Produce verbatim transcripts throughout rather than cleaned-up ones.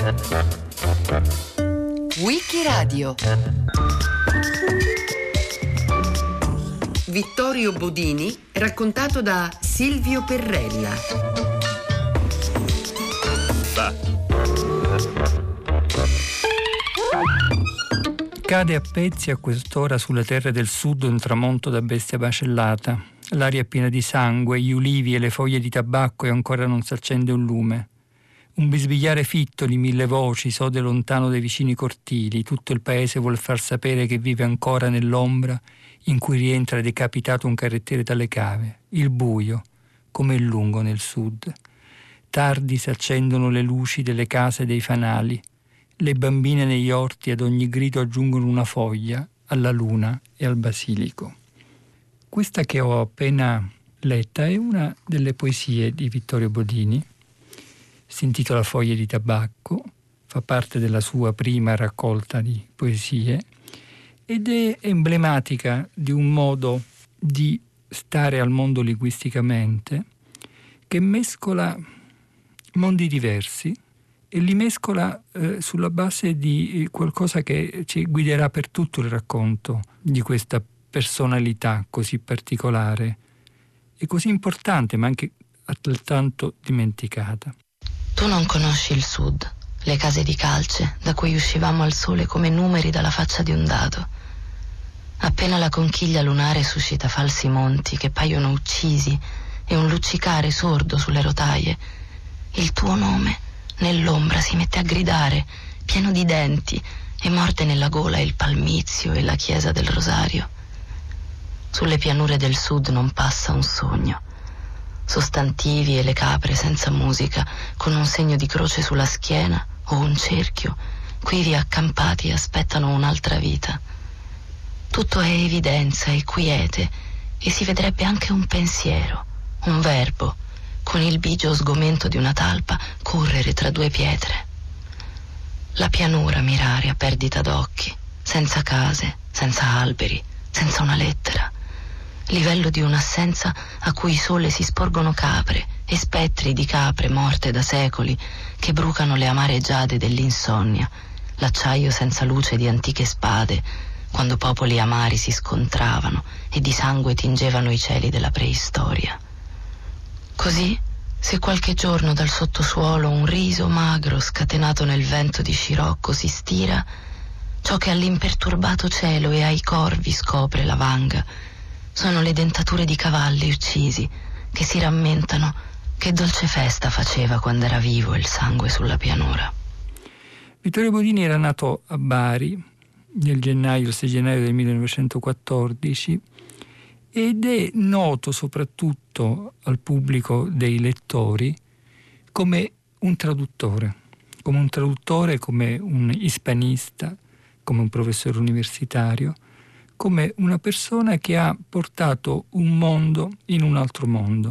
Wikiradio. Vittorio Bodini raccontato da Silvio Perrella. Va. Cade a pezzi a quest'ora sulle terre del sud un tramonto da bestia macellata. L'aria è piena di sangue, gli ulivi e le foglie di tabacco e ancora non si accende un lume. Un bisbigliare fitto di mille voci sode lontano dai vicini cortili. Tutto il paese vuol far sapere che vive ancora nell'ombra in cui rientra decapitato un carrettiere dalle cave. Il buio, come il lungo nel sud. Tardi si accendono le luci delle case e dei fanali. Le bambine negli orti ad ogni grido aggiungono una foglia alla luna e al basilico. Questa che ho appena letta è una delle poesie di Vittorio Bodini. Si intitola Foglie di tabacco, fa parte della sua prima raccolta di poesie ed è emblematica di un modo di stare al mondo linguisticamente che mescola mondi diversi e li mescola eh, sulla base di qualcosa che ci guiderà per tutto il racconto di questa personalità così particolare e così importante ma anche altrettanto dimenticata. Tu non conosci il sud, le case di calce da cui uscivamo al sole come numeri dalla faccia di un dado. Appena la conchiglia lunare suscita falsi monti che paiono uccisi e un luccicare sordo sulle rotaie, il tuo nome nell'ombra si mette a gridare, pieno di denti, e morde nella gola il palmizio e la chiesa del Rosario. Sulle pianure del sud non passa un sogno. Sostantivi e le capre senza musica, con un segno di croce sulla schiena o un cerchio, quivi accampati aspettano un'altra vita. Tutto è evidenza e quiete, e si vedrebbe anche un pensiero, un verbo, con il bigio sgomento di una talpa correre tra due pietre. La pianura mirare a perdita d'occhi, senza case, senza alberi, senza una lettera. Livello di un'assenza a cui sole si sporgono capre e spettri di capre morte da secoli che brucano le amare giade dell'insonnia, l'acciaio senza luce di antiche spade, quando popoli amari si scontravano e di sangue tingevano i cieli della preistoria. Così, se qualche giorno dal sottosuolo un riso magro scatenato nel vento di scirocco si stira, ciò che all'imperturbato cielo e ai corvi scopre la vanga sono le dentature di cavalli uccisi che si rammentano che dolce festa faceva quando era vivo il sangue sulla pianura. Vittorio Bodini era nato a Bari nel gennaio, il sei gennaio del millenovecentoquattordici ed è noto soprattutto al pubblico dei lettori come un traduttore, come un traduttore, come un ispanista, come un professore universitario, come una persona che ha portato un mondo in un altro mondo.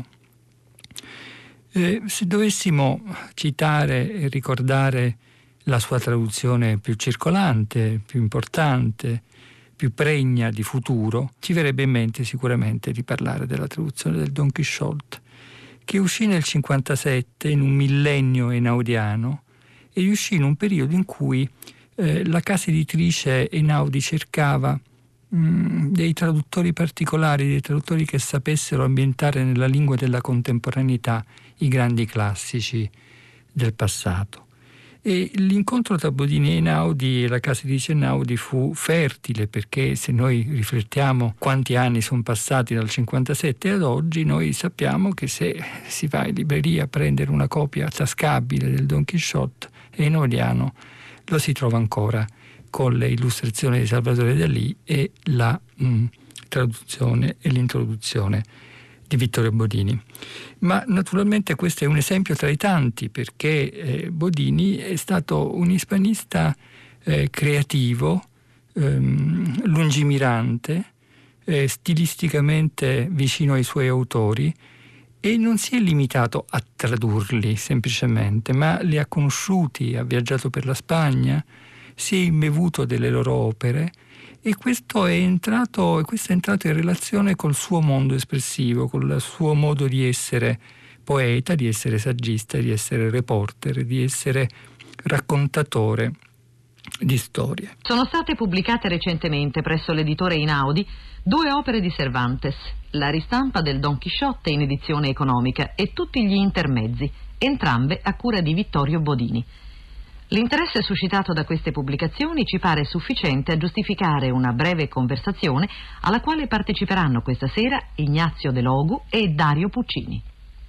Eh, se dovessimo citare e ricordare la sua traduzione più circolante, più importante, più pregna di futuro, ci verrebbe in mente sicuramente di parlare della traduzione del Don Chisciotte, che uscì nel cinquantasette in un millennio einaudiano e uscì in un periodo in cui eh, la casa editrice Einaudi cercava dei traduttori particolari, dei traduttori che sapessero ambientare nella lingua della contemporaneità i grandi classici del passato. E l'incontro tra Bodini e Einaudi e la casa editrice Einaudi fu fertile, perché se noi riflettiamo quanti anni sono passati dal cinquantasette ad oggi, noi sappiamo che se si va in libreria a prendere una copia tascabile del Don Chisciotte einaudiano lo si trova ancora con le illustrazioni di Salvatore Dalì e la mh, traduzione e l'introduzione di Vittorio Bodini. Ma naturalmente questo è un esempio tra i tanti, perché eh, Bodini è stato un ispanista eh, creativo, ehm, lungimirante, eh, stilisticamente vicino ai suoi autori, e non si è limitato a tradurli semplicemente, ma li ha conosciuti, ha viaggiato per la Spagna, si è imbevuto delle loro opere e questo è entrato, questo è entrato in relazione col suo mondo espressivo, col suo modo di essere poeta, di essere saggista, di essere reporter, di essere raccontatore di storie. Sono state pubblicate recentemente presso l'editore Einaudi due opere di Cervantes, la ristampa del Don Chisciotte in edizione economica e tutti gli intermezzi, entrambe a cura di Vittorio Bodini. L'interesse suscitato da queste pubblicazioni ci pare sufficiente a giustificare una breve conversazione alla quale parteciperanno questa sera Ignazio De Logu e Dario Puccini.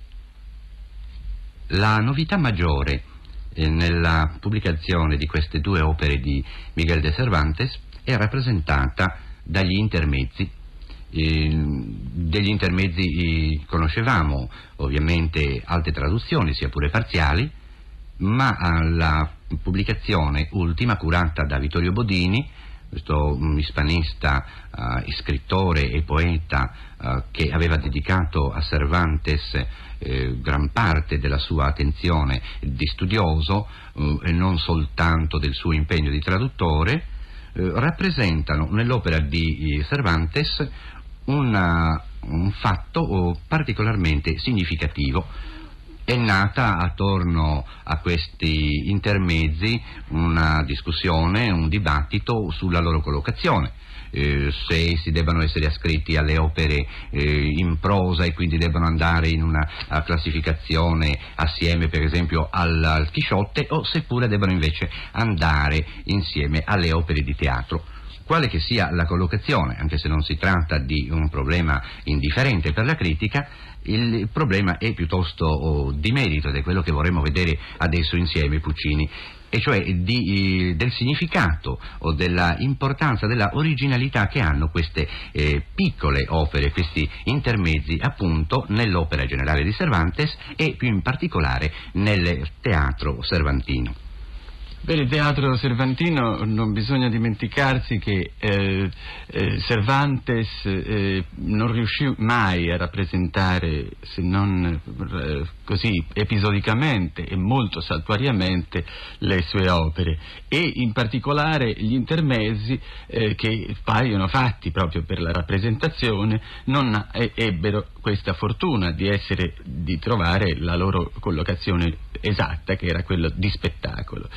La novità maggiore eh, nella pubblicazione di queste due opere di Miguel de Cervantes è rappresentata dagli intermezzi. Eh, degli intermezzi eh, conoscevamo ovviamente altre traduzioni, sia pure parziali, ma la pubblicazione ultima, curata da Vittorio Bodini, questo um, ispanista, uh, scrittore e poeta uh, che aveva dedicato a Cervantes eh, gran parte della sua attenzione di studioso uh, e non soltanto del suo impegno di traduttore, uh, rappresentano nell'opera di Cervantes una, un fatto particolarmente significativo. È nata attorno a questi intermezzi una discussione, un dibattito sulla loro collocazione, eh, se si debbano essere ascritti alle opere eh, in prosa e quindi debbano andare in una classificazione assieme per esempio al, al Chisciotte, o seppure debbano invece andare insieme alle opere di teatro. Quale che sia la collocazione, anche se non si tratta di un problema indifferente per la critica, il problema è piuttosto oh, di merito, ed è quello che vorremmo vedere adesso insieme, Puccini, e cioè di, del significato o della importanza, della originalità che hanno queste eh, piccole opere, questi intermezzi appunto nell'opera generale di Cervantes e più in particolare nel teatro cervantino. Per il teatro cervantino non bisogna dimenticarsi che eh, eh, Cervantes eh, non riuscì mai a rappresentare, se non eh, così episodicamente e molto saltuariamente, le sue opere, e in particolare gli intermezzi eh, che paiono fatti proprio per la rappresentazione non eh, ebbero questa fortuna di essere, di trovare la loro collocazione esatta, che era quello di spettacolo.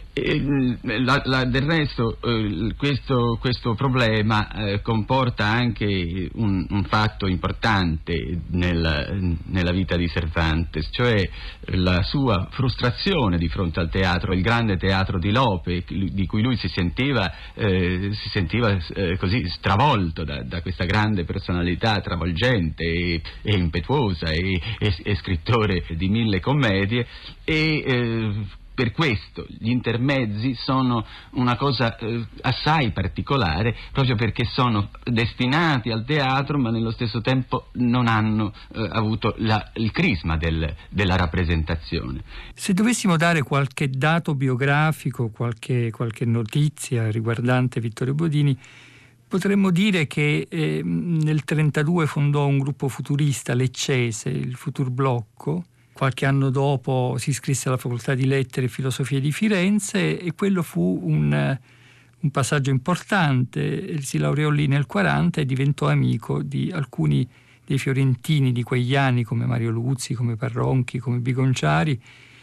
La, la, del resto eh, questo, questo problema eh, comporta anche un, un fatto importante nel, nella vita di Cervantes, cioè la sua frustrazione di fronte al teatro, il grande teatro di Lope, di cui lui si sentiva, eh, si sentiva eh, così stravolto da, da questa grande personalità travolgente e, e impetuosa e, e, e scrittore di mille commedie, e eh, per questo gli intermezzi sono una cosa eh, assai particolare, proprio perché sono destinati al teatro, ma nello stesso tempo non hanno eh, avuto la, il crisma del, della rappresentazione. Se dovessimo dare qualche dato biografico, qualche, qualche notizia riguardante Vittorio Bodini, potremmo dire che eh, nel trentadue fondò un gruppo futurista leccese, il Futurblocco. Qualche anno dopo si iscrisse alla Facoltà di Lettere e Filosofia di Firenze, e quello fu un, un passaggio importante. Si laureò lì nel quaranta e diventò amico di alcuni dei fiorentini di quegli anni, come Mario Luzzi, come Parronchi, come Bigonciari,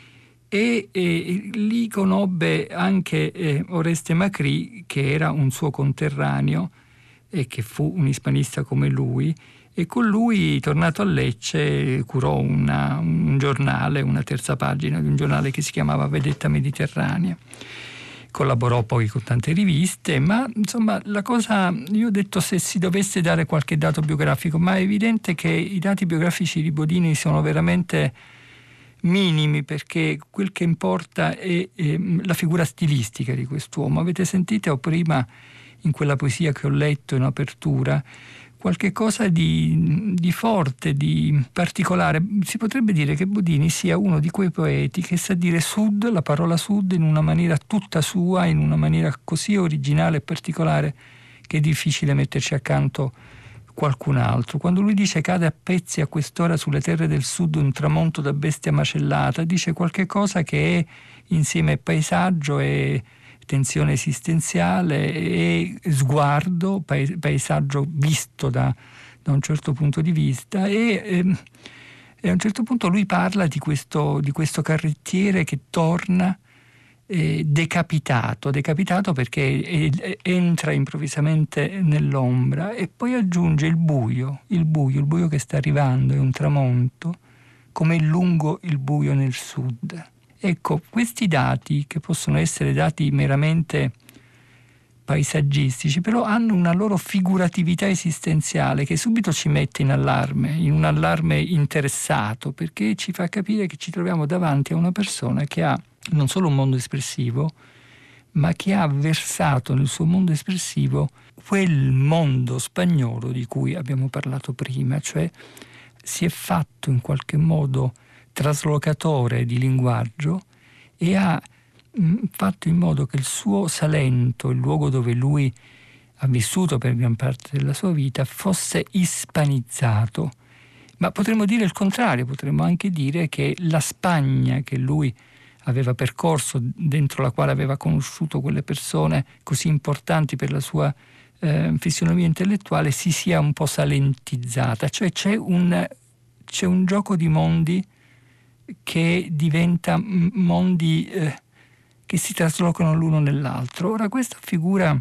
e, e lì conobbe anche eh, Oreste Macri, che era un suo conterraneo e che fu un ispanista come lui. E con lui, tornato a Lecce, curò una, un giornale, una terza pagina di un giornale che si chiamava Vedetta Mediterranea. Collaborò poi con tante riviste, ma insomma la cosa, io ho detto se si dovesse dare qualche dato biografico, ma è evidente che i dati biografici di Bodini sono veramente minimi, perché quel che importa è, è la figura stilistica di quest'uomo. Avete sentito prima in quella poesia che ho letto in apertura qualche cosa di, di forte, di particolare. Si potrebbe dire che Bodini sia uno di quei poeti che sa dire sud, la parola sud, in una maniera tutta sua, in una maniera così originale e particolare che è difficile metterci accanto qualcun altro. Quando lui dice cade a pezzi a quest'ora sulle terre del sud un tramonto da bestia macellata, dice qualche cosa che è insieme paesaggio e tensione esistenziale e sguardo, paesaggio visto da, da un certo punto di vista, e, e, e a un certo punto lui parla di questo, di questo carrettiere che torna eh, decapitato, decapitato perché eh, entra improvvisamente nell'ombra e poi aggiunge il buio, il buio, il buio che sta arrivando, è un tramonto, come lungo il buio nel sud. Ecco, questi dati, che possono essere dati meramente paesaggistici, però hanno una loro figuratività esistenziale che subito ci mette in allarme, in un allarme interessato, perché ci fa capire che ci troviamo davanti a una persona che ha non solo un mondo espressivo, ma che ha versato nel suo mondo espressivo quel mondo spagnolo di cui abbiamo parlato prima, cioè si è fatto in qualche modo traslocatore di linguaggio e ha mh, fatto in modo che il suo Salento, il luogo dove lui ha vissuto per gran parte della sua vita, fosse ispanizzato. Ma potremmo dire il contrario, potremmo anche dire che la Spagna che lui aveva percorso, dentro la quale aveva conosciuto quelle persone così importanti per la sua eh, fisionomia intellettuale, si sia un po' salentizzata. Cioè c'è un, c'è un gioco di mondi che diventa mondi eh, che si traslocano l'uno nell'altro. Ora, questa figura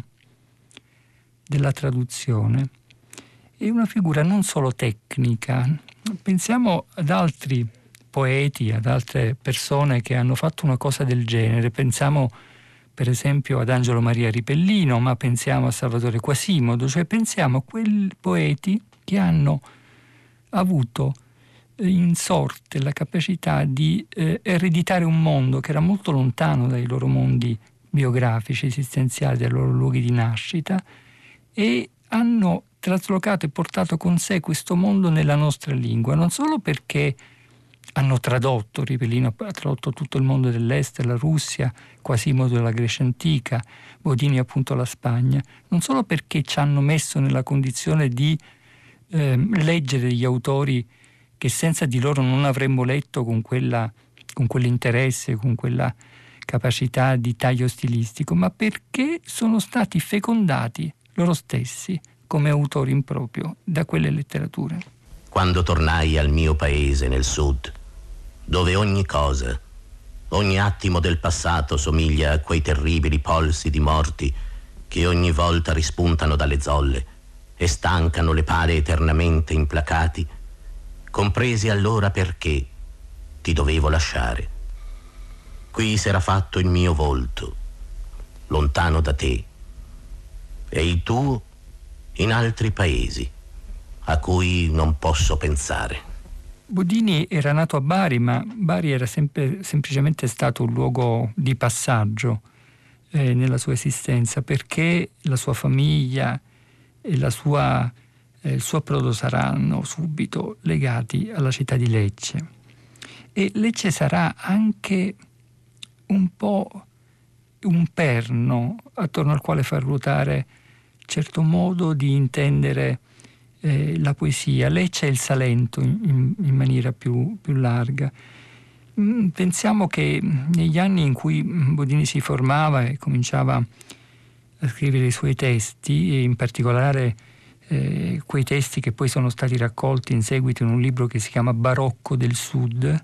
della traduzione è una figura non solo tecnica. Pensiamo ad altri poeti, ad altre persone che hanno fatto una cosa del genere. Pensiamo per esempio ad Angelo Maria Ripellino, ma pensiamo a Salvatore Quasimodo, cioè pensiamo a quei poeti che hanno avuto in sorte la capacità di eh, ereditare un mondo che era molto lontano dai loro mondi biografici, esistenziali, dai loro luoghi di nascita, e hanno traslocato e portato con sé questo mondo nella nostra lingua, non solo perché hanno tradotto, Ripellino ha tradotto tutto il mondo dell'Est, la Russia, Quasimodo la Grecia antica, Bodini appunto la Spagna, non solo perché ci hanno messo nella condizione di eh, leggere degli autori che senza di loro non avremmo letto con, quella, con quell'interesse, con quella capacità di taglio stilistico, ma perché sono stati fecondati loro stessi come autori in proprio da quelle letterature. Quando tornai al mio paese nel sud, dove ogni cosa, ogni attimo del passato somiglia a quei terribili polsi di morti che ogni volta rispuntano dalle zolle e stancano le pale eternamente implacati, compresi allora perché ti dovevo lasciare. Qui s'era fatto il mio volto, lontano da te, e il tuo in altri paesi a cui non posso pensare. Bodini era nato a Bari, ma Bari era sempre, semplicemente stato un luogo di passaggio eh, nella sua esistenza, perché la sua famiglia e la sua, eh, il suo approdo saranno subito legati alla città di Lecce. E Lecce sarà anche un po' un perno attorno al quale far ruotare certo modo di intendere eh, la poesia. Lecce è il Salento in, in maniera più, più larga. Mm, pensiamo che negli anni in cui Bodini si formava e cominciava a scrivere i suoi testi, e in particolare eh, quei testi che poi sono stati raccolti in seguito in un libro che si chiama Barocco del Sud,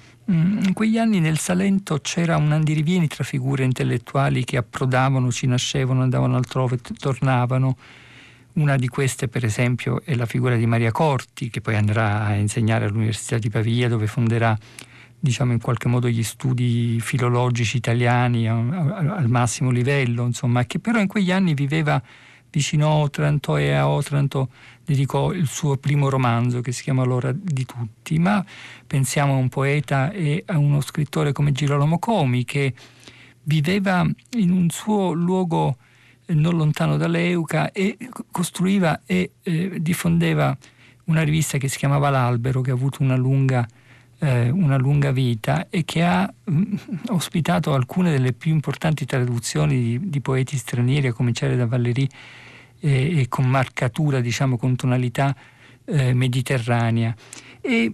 in quegli anni nel Salento c'era un andirivieni tra figure intellettuali che approdavano, ci nascevano, andavano altrove, t- tornavano. Una di queste, per esempio, è la figura di Maria Corti, che poi andrà a insegnare all'Università di Pavia, dove fonderà, diciamo, in qualche modo gli studi filologici italiani a, a, al massimo livello, insomma, che però in quegli anni viveva vicino a Otranto, e a Otranto dedicò il suo primo romanzo che si chiama L'ora di tutti. Ma pensiamo a un poeta e a uno scrittore come Girolamo Comi, che viveva in un suo luogo non lontano da Leuca e costruiva e eh, diffondeva una rivista che si chiamava L'Albero, che ha avuto una lunga, eh, una lunga vita e che ha mh, ospitato alcune delle più importanti traduzioni di, di poeti stranieri, a cominciare da Valéry, e, e con marcatura, diciamo, con tonalità eh, mediterranea. E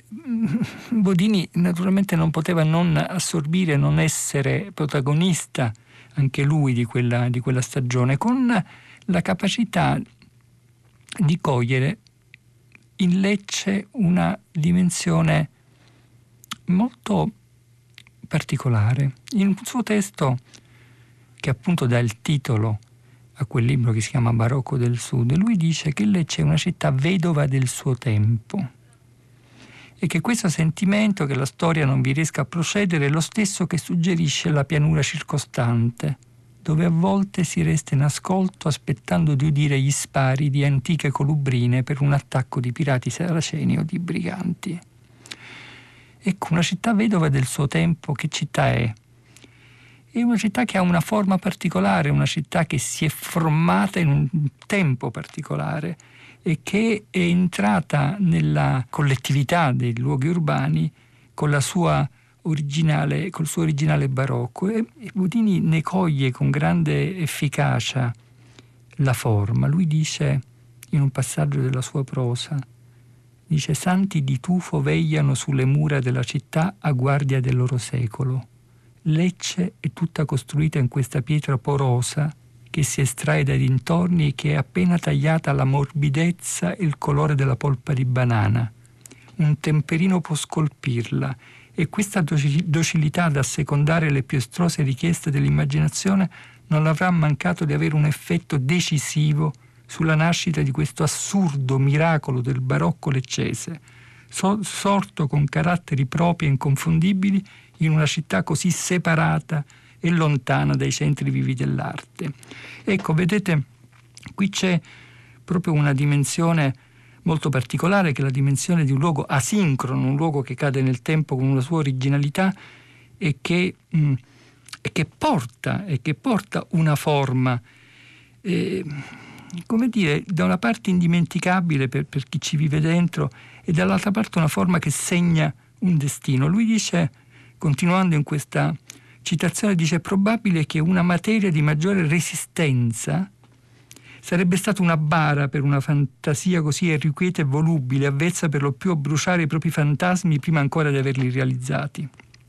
mh, Bodini naturalmente non poteva non assorbire, non essere protagonista anche lui di quella, di quella stagione, con la capacità di cogliere in Lecce una dimensione molto particolare. In un suo testo, che appunto dà il titolo a quel libro che si chiama Barocco del Sud, lui dice che Lecce è una città vedova del suo tempo e che questo sentimento che la storia non vi riesca a procedere è lo stesso che suggerisce la pianura circostante, dove a volte si resta in ascolto aspettando di udire gli spari di antiche colubrine per un attacco di pirati saraceni o di briganti. Ecco, una città vedova del suo tempo, che città è? È una città che ha una forma particolare, una città che si è formata in un tempo particolare e che è entrata nella collettività dei luoghi urbani con la sua originale, col suo originale barocco, e Bodini ne coglie con grande efficacia la forma. Lui dice in un passaggio della sua prosa, dice: santi di tufo vegliano sulle mura della città a guardia del loro secolo. Lecce è tutta costruita in questa pietra porosa che si estrae dai dintorni e che è appena tagliata alla morbidezza e il colore della polpa di banana. Un temperino può scolpirla, e questa docilità ad assecondare le più estrose richieste dell'immaginazione non avrà mancato di avere un effetto decisivo sulla nascita di questo assurdo miracolo del barocco leccese, so- sorto con caratteri propri e inconfondibili in una città così separata e lontana dai centri vivi dell'arte. Ecco, vedete, qui c'è proprio una dimensione molto particolare, che è la dimensione di un luogo asincrono, un luogo che cade nel tempo con una sua originalità e che, mh, e che porta e che porta una forma, eh, come dire, da una parte indimenticabile per, per chi ci vive dentro, e dall'altra parte una forma che segna un destino. Lui dice, continuando in questa citazione, dice: è probabile che una materia di maggiore resistenza sarebbe stata una bara per una fantasia così irrequieta e volubile, avvezza per lo più a bruciare i propri fantasmi prima ancora di averli realizzati.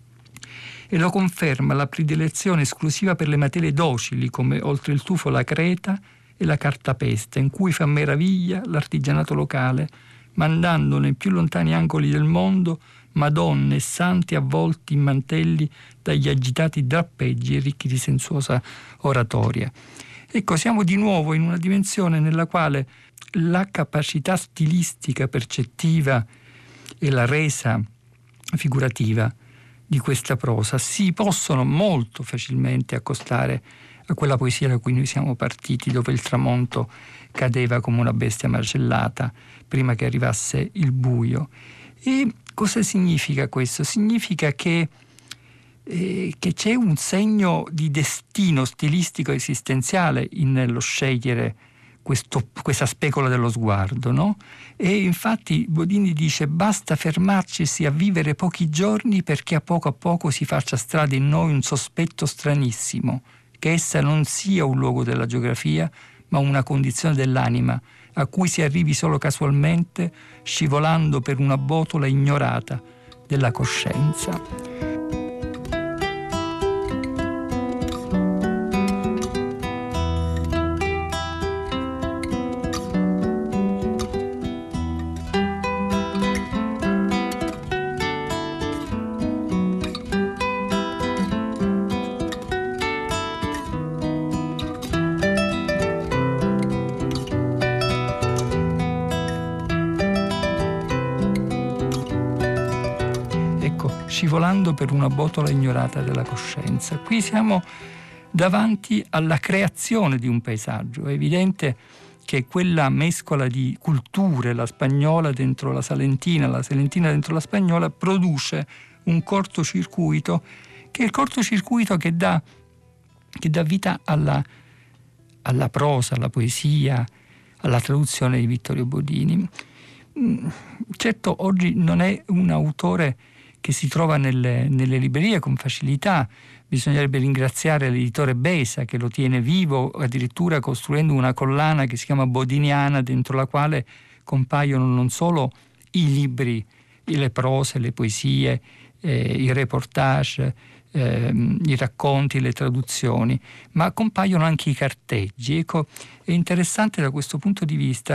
E lo conferma la predilezione esclusiva per le materie docili, come oltre il tufo la creta e la cartapesta, in cui fa meraviglia l'artigianato locale, mandando nei più lontani angoli del mondo madonne e santi avvolti in mantelli dagli agitati drappeggi e ricchi di sensuosa oratoria. Ecco, siamo di nuovo in una dimensione nella quale la capacità stilistica percettiva e la resa figurativa di questa prosa si possono molto facilmente accostare a quella poesia da cui noi siamo partiti, dove il tramonto cadeva come una bestia macellata prima che arrivasse il buio. E cosa significa questo? Significa che Eh, che c'è un segno di destino stilistico esistenziale nello scegliere questo, questa specola dello sguardo, no? E infatti Bodini dice: basta fermarcisi a vivere pochi giorni perché a poco a poco si faccia strada in noi un sospetto stranissimo, che essa non sia un luogo della geografia, ma una condizione dell'anima a cui si arrivi solo casualmente, scivolando per una botola ignorata della coscienza. Scivolando per una botola ignorata della coscienza. Qui siamo davanti alla creazione di un paesaggio. È evidente che quella mescola di culture, la spagnola dentro la salentina, la salentina dentro la spagnola, produce un cortocircuito, che è il cortocircuito che dà, che dà vita alla, alla prosa, alla poesia, alla traduzione di Vittorio Bodini. Certo, oggi non è un autore che si trova nelle, nelle librerie con facilità. Bisognerebbe ringraziare l'editore Besa, che lo tiene vivo, addirittura costruendo una collana che si chiama Bodiniana, dentro la quale compaiono non solo i libri, le prose, le poesie, eh, i reportage, eh, i racconti, le traduzioni, ma compaiono anche i carteggi. Ecco, è interessante da questo punto di vista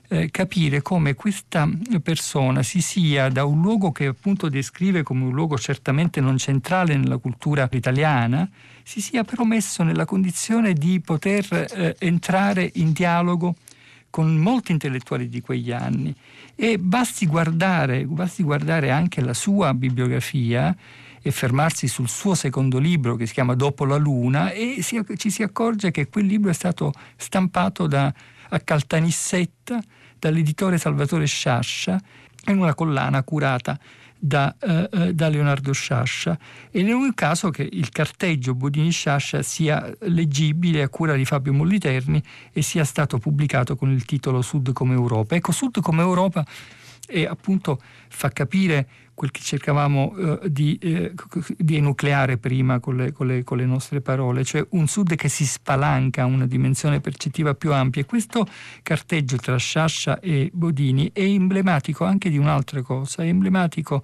eh, capire come questa persona si sia, da un luogo che appunto descrive come un luogo certamente non centrale nella cultura italiana, si sia però messo nella condizione di poter eh, entrare in dialogo con molti intellettuali di quegli anni. E basti guardare, basti guardare anche la sua bibliografia e fermarsi sul suo secondo libro, che si chiama Dopo la Luna, e si, ci si accorge che quel libro è stato stampato da, a Caltanissetta dall'editore Salvatore Sciascia in una collana curata da, eh, da Leonardo Sciascia, e in un caso che il carteggio Bodini-Sciascia sia leggibile a cura di Fabio Molliterni e sia stato pubblicato con il titolo Sud come Europa. Ecco, Sud come Europa e appunto fa capire quel che cercavamo eh, di, eh, di enucleare prima con le, con, le, con le nostre parole, cioè un Sud che si spalanca a una dimensione percettiva più ampia. E questo carteggio tra Sciascia e Bodini è emblematico anche di un'altra cosa, è emblematico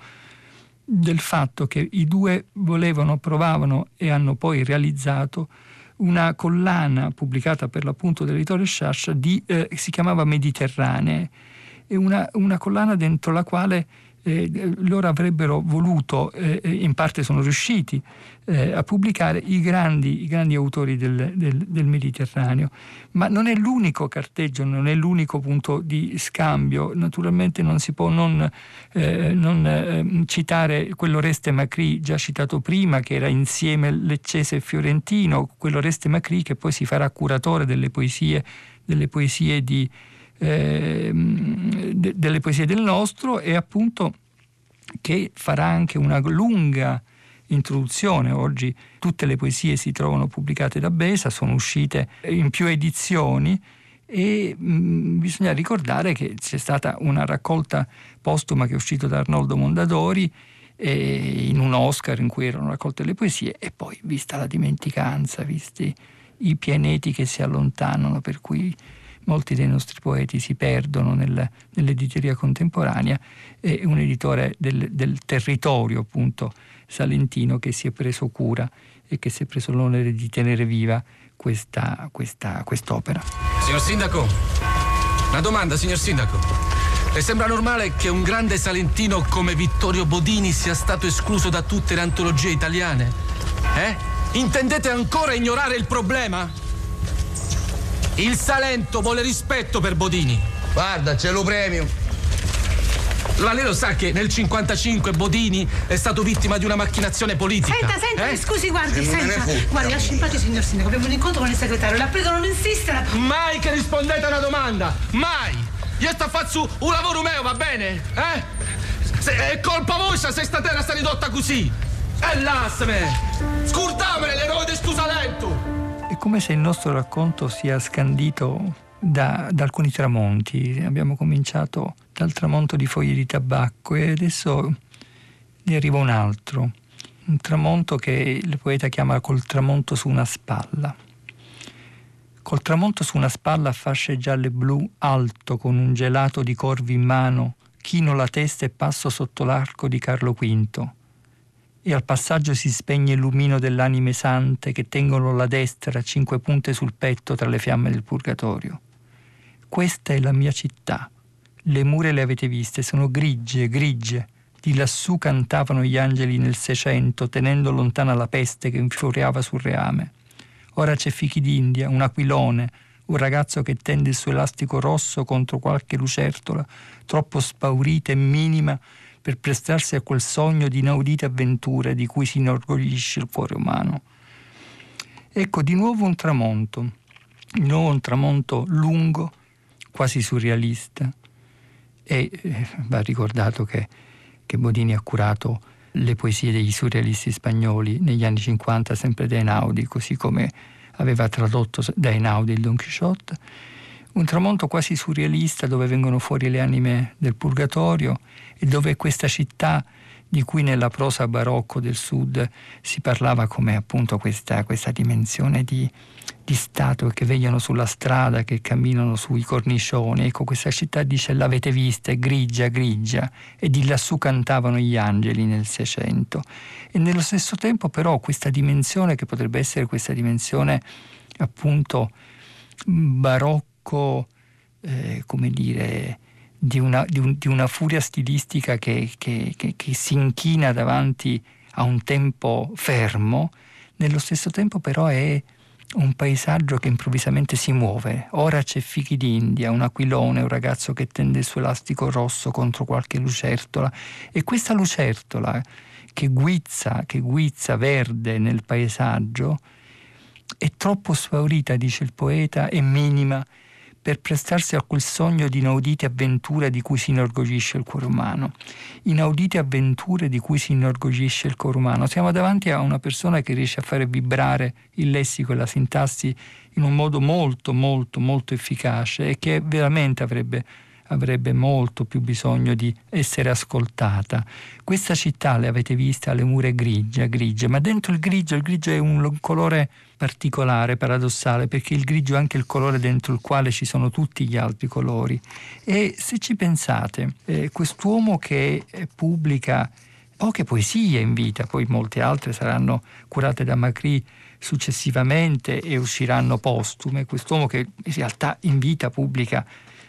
del fatto che i due volevano, provavano e hanno poi realizzato una collana pubblicata per l'appunto dall'editore Sciascia di, eh, si chiamava Mediterranee, e una, una collana dentro la quale eh, loro avrebbero voluto, eh, in parte sono riusciti, eh, a pubblicare i grandi, i grandi autori del, del, del Mediterraneo. Ma non è l'unico carteggio, non è l'unico punto di scambio. Naturalmente non si può non, eh, non eh, citare quell'Oreste Macri già citato prima, che era insieme leccese e fiorentino, quell'Oreste Macri che poi si farà curatore delle poesie, delle poesie di Eh, de, delle poesie del nostro, e appunto che farà anche una lunga introduzione. Oggi tutte le poesie si trovano pubblicate da Besa, sono uscite in più edizioni, e mh, bisogna ricordare che c'è stata una raccolta postuma che è uscita da Arnoldo Mondadori eh, in un Oscar in cui erano raccolte le poesie, e poi, vista la dimenticanza, visti i pianeti che si allontanano, per cui molti dei nostri poeti si perdono nel, nell'editoria contemporanea, è un editore del, del territorio appunto salentino che si è preso cura e che si è preso l'onere di tenere viva questa, questa, quest'opera. Signor Sindaco, una domanda, signor Sindaco. Le sembra normale che un grande salentino come Vittorio Bodini sia stato escluso da tutte le antologie italiane? Eh? Intendete ancora ignorare il problema? Il Salento vuole rispetto per Bodini. Guarda, c'è lo premio. Ma lei lo sa che nel cinquantacinque Bodini è stato vittima di una macchinazione politica? Senta, senta, eh? scusi, guardi, Se non senta. me ne fotte. Guardi, lasci in pace, signor Sindaco. Abbiamo un incontro con il segretario. La prego, non insistere. Mai che rispondete a una domanda. Mai. Io sto a fare su un lavoro mio, va bene? Eh? Se, è colpa vostra se stasera sta ridotta così. E lasciame. Scurtamene l'eroe di sto Salento. È come se il nostro racconto sia scandito da, da alcuni tramonti. Abbiamo cominciato dal tramonto di Foglie di tabacco e adesso ne arriva un altro, un tramonto che il poeta chiama Col tramonto su una spalla. Col tramonto su una spalla a fasce gialle e blu, alto con un gelato di corvi in mano, chino la testa e passo sotto l'arco di Carlo quinto. E al passaggio si spegne il lumino dell'anime sante che tengono la destra a cinque punte sul petto tra le fiamme del purgatorio. Questa è la mia città. Le mura le avete viste, sono grigie, grigie. Di lassù cantavano gli angeli nel Seicento, tenendo lontana la peste che infuriava sul reame. Ora c'è Fichi d'India, un aquilone, un ragazzo che tende il suo elastico rosso contro qualche lucertola, troppo spaurita e minima per prestarsi a quel sogno di inaudite avventure di cui si inorgoglisce il cuore umano. Ecco, di nuovo un tramonto, di nuovo un tramonto lungo, quasi surrealista, e eh, va ricordato che, che Bodini ha curato le poesie degli surrealisti spagnoli negli anni cinquanta, sempre da Einaudi, così come aveva tradotto da Einaudi il Don Chisciotte. Un tramonto quasi surrealista dove vengono fuori le anime del purgatorio e dove questa città di cui nella prosa barocco del sud si parlava come appunto questa, questa dimensione di, di statue che vegliano sulla strada, che camminano sui cornicioni. Ecco, questa città dice l'avete vista, è grigia, grigia, e di lassù cantavano gli angeli nel Seicento. E nello stesso tempo però questa dimensione, che potrebbe essere questa dimensione appunto barocco, eh, come dire, di una, di, un, di una furia stilistica che, che, che, che si inchina davanti a un tempo fermo, nello stesso tempo però è un paesaggio che improvvisamente si muove. Ora c'è fichi d'India, un aquilone, un ragazzo che tende il suo elastico rosso contro qualche lucertola, e questa lucertola che guizza, che guizza verde nel paesaggio è troppo spaurita, dice il poeta, e minima per prestarsi a quel sogno di inaudite avventure di cui si inorgoglisce il cuore umano. Inaudite avventure di cui si inorgoglisce il cuore umano. Siamo davanti a una persona che riesce a fare vibrare il lessico e la sintassi in un modo molto, molto, molto efficace, e che veramente avrebbe, avrebbe molto più bisogno di essere ascoltata. Questa città, le avete viste, le mura grigie, grigie, ma dentro il grigio, il grigio è un colore particolare, paradossale, perché il grigio è anche il colore dentro il quale ci sono tutti gli altri colori. E se ci pensate, eh, quest'uomo che eh, pubblica poche poesie in vita, poi molte altre saranno curate da Macri successivamente e usciranno postume, quest'uomo che in realtà in vita pubblica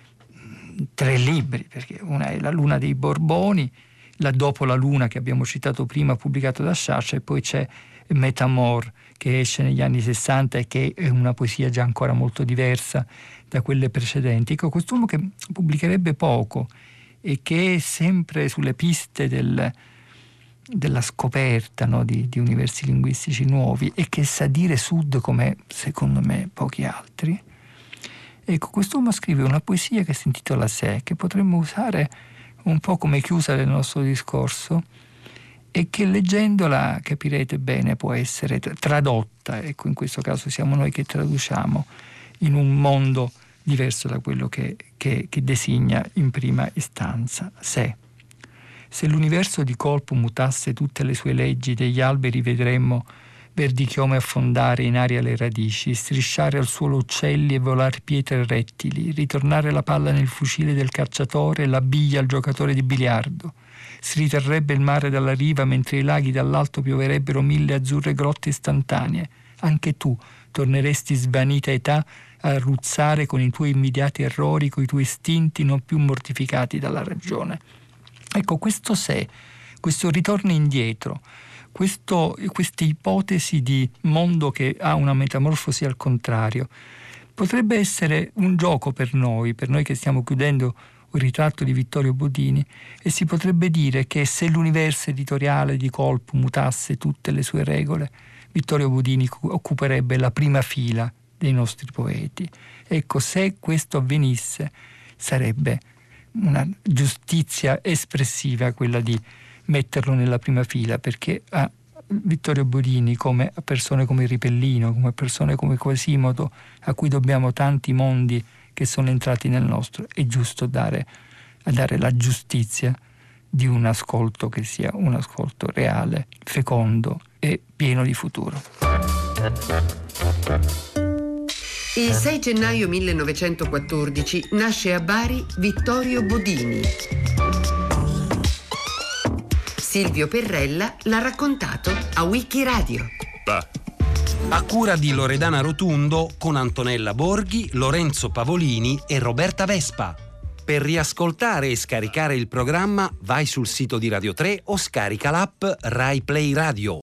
tre libri, perché una è La Luna dei Borboni, la Dopo la Luna che abbiamo citato prima, pubblicato da Sciascia, e poi c'è Metamor che esce negli anni sessanta e che è una poesia già ancora molto diversa da quelle precedenti. Ecco, quest'uomo che pubblicherebbe poco e che è sempre sulle piste del, della scoperta, no, di, di universi linguistici nuovi, e che sa dire Sud come secondo me pochi altri. Ecco, quest'uomo scrive una poesia che si intitola Sé, che potremmo usare un po' come chiusa del nostro discorso, e che leggendola capirete bene può essere tradotta, ecco, in questo caso siamo noi che traduciamo, in un mondo diverso da quello che, che, che designa in prima istanza. Se. Se l'universo di colpo mutasse tutte le sue leggi, degli alberi vedremmo verdi chiome affondare in aria le radici, strisciare al suolo uccelli e volar pietre e rettili, ritornare la palla nel fucile del cacciatore e la biglia al giocatore di biliardo. Si riterrebbe il mare dalla riva mentre i laghi dall'alto pioverebbero mille azzurre grotte istantanee. Anche tu torneresti svanita età a ruzzare con i tuoi immediati errori, con i tuoi istinti non più mortificati dalla ragione. Ecco, questo sé, questo ritorno indietro, questo, queste ipotesi di mondo che ha una metamorfosi al contrario, potrebbe essere un gioco per noi, per noi che stiamo chiudendo un ritratto di Vittorio Bodini, e si potrebbe dire che se l'universo editoriale di colpo mutasse tutte le sue regole, Vittorio Bodini occuperebbe la prima fila dei nostri poeti. Ecco, se questo avvenisse sarebbe una giustizia espressiva quella di metterlo nella prima fila, perché a Vittorio Bodini, come a persone come Ripellino, come persone come Quasimodo, a cui dobbiamo tanti mondi che sono entrati nel nostro, è giusto dare, dare la giustizia di un ascolto che sia un ascolto reale, fecondo e pieno di futuro. Il sei gennaio millenovecentoquattordici nasce a Bari Vittorio Bodini. Silvio Perrella l'ha raccontato a Wikiradio. Bah. A cura di Loredana Rotundo con Antonella Borghi, Lorenzo Pavolini e Roberta Vespa. Per riascoltare e scaricare il programma vai sul sito di Radio tre o scarica l'app Rai Play Radio.